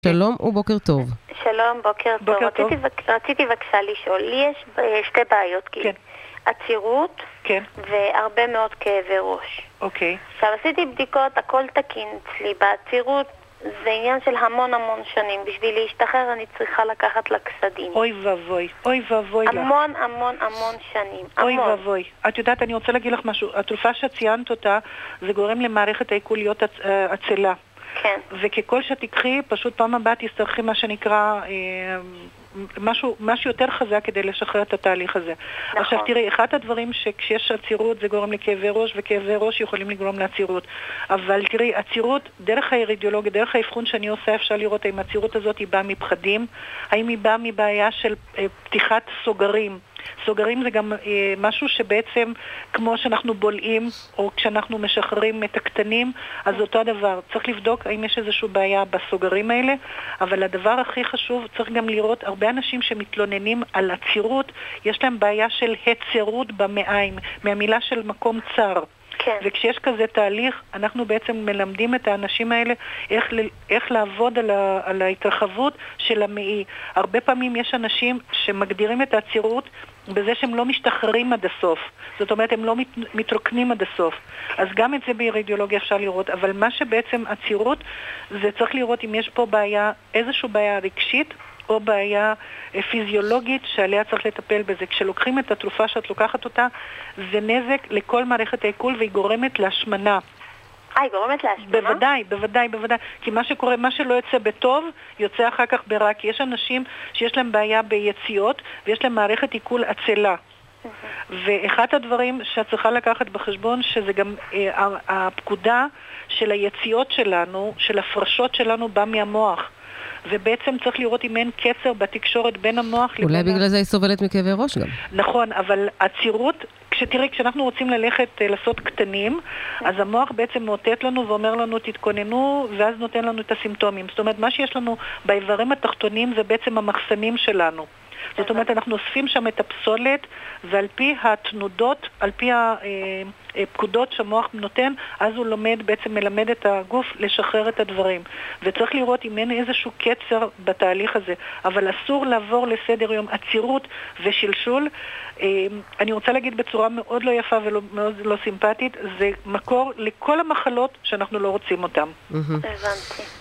שלום ובוקר טוב. שלום, בוקר טוב. רציתי בבקשה לשאול, לי יש שתי בעיות, כן. עצירות כן. והרבה מאוד כאבי ראש. אוקיי. עכשיו עשיתי בדיקות, הכל תקין אצלי, בעצירות זה עניין של המון שנים. בשביל להשתחרר אני צריכה לקחת לקסדין. אוי ואבוי, אוי ואבוי לך. המון שנים. אוי ואבוי. את יודעת, אני רוצה להגיד לך משהו. התרופה שציינת אותה, זה גורם למערכת העיכול להיות עצלה. כן. וככל שתקחי, פשוט פעם הבאה תצטרכי מה שנקרא משהו יותר חזק כדי לשחרר את התהליך הזה. נכון. עכשיו תראי, אחד הדברים שכשיש עצירות זה גורם לכאבי ראש, וכאבי ראש יכולים לגרום לעצירות. אבל תראי, עצירות, דרך האירידיולוגיה, דרך האבחון שאני עושה, אפשר לראות האם העצירות הזאת היא באה מפחדים, האם היא באה מבעיה של פתיחת סוגרים. סוגרים זה גם משהו שבעצם כמו שאנחנו בולעים או כשאנחנו משחררים את הקטנים, אז אותו הדבר. צריך לבדוק האם יש איזושהי בעיה בסוגרים האלה, אבל הדבר הכי חשוב, צריך גם לראות הרבה אנשים שמתלוננים על עצירות, יש להם בעיה של הצרות במעיים, מהמילה של מקום צר. כן. וכשיש כזה תהליך, אנחנו בעצם מלמדים את האנשים האלה איך לעבוד על ההתרחבות של המעי. הרבה פעמים יש אנשים שמגדירים את העצירות בזה שהם לא משתחררים עד הסוף. זאת אומרת, הם לא מתרוקנים עד הסוף. אז גם את זה באירידיולוגיה אפשר לראות. אבל מה שבעצם עצירות, זה צריך לראות אם יש פה בעיה, איזושהי בעיה רגשית, או בעיה פיזיולוגית שעליה צריך לטפל בזה. כשלוקחים את התרופה שאת לוקחת אותה, זה נזק לכל מערכת העיכול והיא גורמת להשמנה. היא גורמת להשמנה? בוודאי. כי מה שקורה, מה שלא יוצא בטוב, יוצא אחר כך ברע. כי יש אנשים שיש להם בעיה ביציאות, ויש להם מערכת עיכול עצלה. ואחד הדברים שאת צריכה לקחת בחשבון, שזה גם הפקודה של היציאות שלנו, של הפרשות שלנו, בא מהמוח. ובעצם צריך לראות אם אין קצר בתקשורת בין המוח לבין... אולי בגלל זה היא סובלת מכאבי ראש גם. נכון, אבל עצירות, כשאנחנו רוצים ללכת לעשות קטנים, אז המוח בעצם מאותת לנו ואומר לנו תתכוננו, ואז נותן לנו את הסימפטומים. זאת אומרת, מה שיש לנו באיברים התחתונים זה בעצם המחסנים שלנו. זאת אומרת, אנחנו אוספים שם את הפסולת, ועל פי התנודות, על פי הפקודות שהמוח נותן, אז הוא בעצם מלמד את הגוף לשחרר את הדברים. וצריך לראות אם אין איזשהו קצר בתהליך הזה. אבל אסור לעבור לסדר יום עצירות ושלשול. אני רוצה להגיד בצורה מאוד לא יפה ומאוד לא סימפטית, זה מקור לכל המחלות שאנחנו לא רוצים אותם. הבנתי.